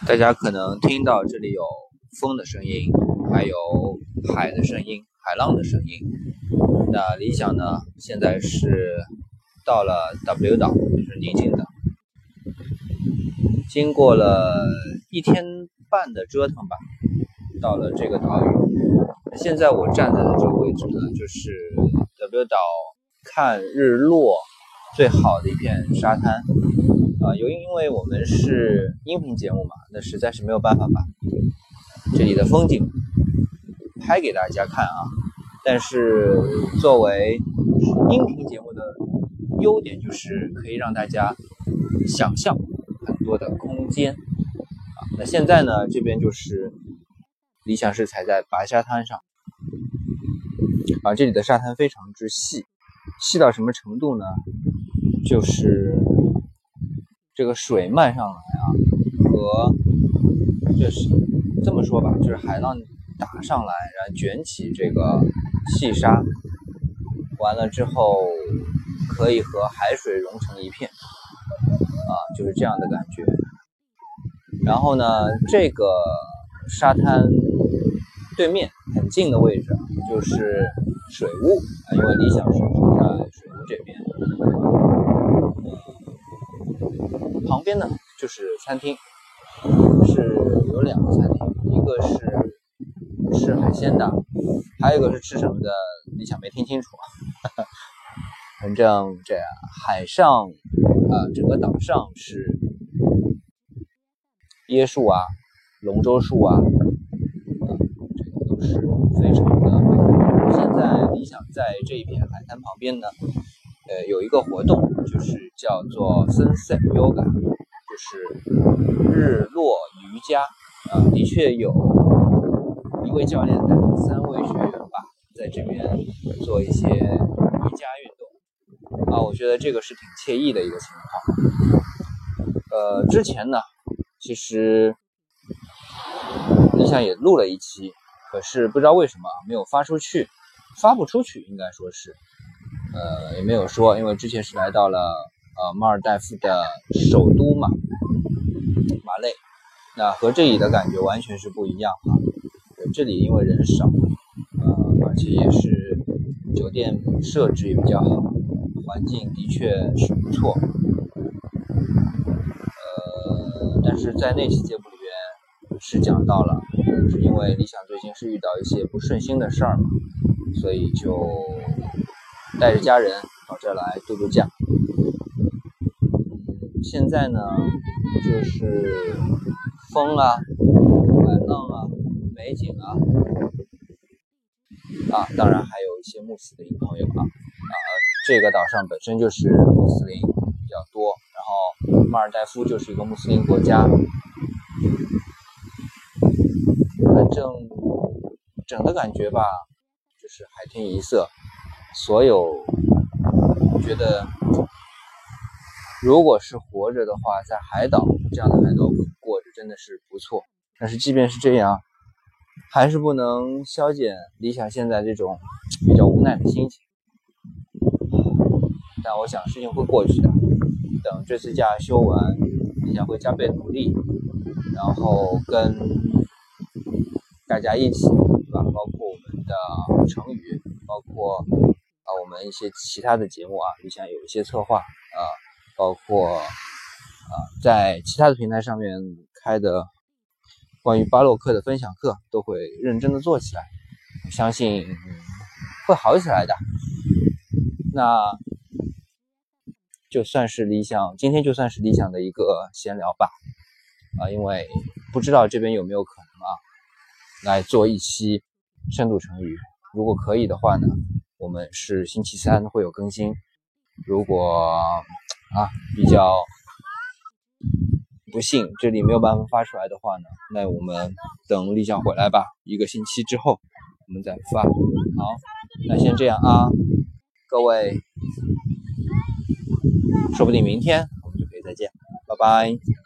大家可能听到这里有风的声音，还有海的声音，海浪的声音。那理想呢，现在是到了 W 岛，就是宁静岛。经过了1天半的折腾吧，到了这个岛屿。现在我站在的这个位置呢，就是 W 岛看日落最好的一片沙滩。因为我们是音频节目嘛，那实在是没有办法把这里的风景拍给大家看啊。但是作为音频节目的优点就是可以让大家想象很多的空间那现在呢，这边就是理想是踩在白沙滩上这里的沙滩非常之细到什么程度呢？就是这个水漫上来和就是这么说吧，就是海浪打上来，然后卷起这个细沙，完了之后可以和海水融成一片就是这样的感觉。然后呢，这个沙滩对面很近的位置就是水屋因为理想是住在水屋这边。旁边呢就是餐厅，是有2个餐厅，一个是吃海鲜的，还有一个是吃什么的，理想没听清楚。反正这样，海上整个岛上是椰树龙舟树这个都是非常的美。现在理想在这一片海滩旁边呢有一个活动，就是叫做 Sunset Yoga， 就是日落瑜伽的确有1位教练带3位学员吧，在这边做一些瑜伽运动我觉得这个是挺惬意的一个情况。之前呢，其实理想也录了一期，可是不知道为什么没有发不出去，应该说是也没有说，因为之前是来到了马尔代夫的首都嘛，马累，那和这里的感觉完全是不一样这里因为人少而且也是酒店设置也比较好，环境的确是不错但是在那期节目里边是讲到了，是因为理想最近是遇到一些不顺心的事儿嘛，所以就带着家人到这儿来度度假。现在呢就是风海浪美景当然还有一些穆斯林朋友这个岛上本身就是穆斯林比较多，然后马尔代夫就是一个穆斯林国家。反正整的感觉吧，就是海天一色，所有觉得如果是活着的话，在海岛这样的海岛过着真的是不错。但是即便是这样，还是不能消减理想现在这种比较无奈的心情。但我想事情会过去的，等这次假休完，理想会加倍努力，然后跟大家一起包括我们的成语，包括我们一些其他的节目理想有一些策划包括在其他的平台上面开的关于巴洛克的分享课都会认真的做起来，我相信会好起来的。那就算是理想，今天就算是理想的一个闲聊吧因为不知道这边有没有可能来做一期深度成语，如果可以的话呢，我们是星期3会有更新，如果比较不幸这里没有办法发出来的话呢，那我们等理想回来吧，1个星期之后我们再发。好，那先这样各位，说不定明天我们就可以再见，拜拜。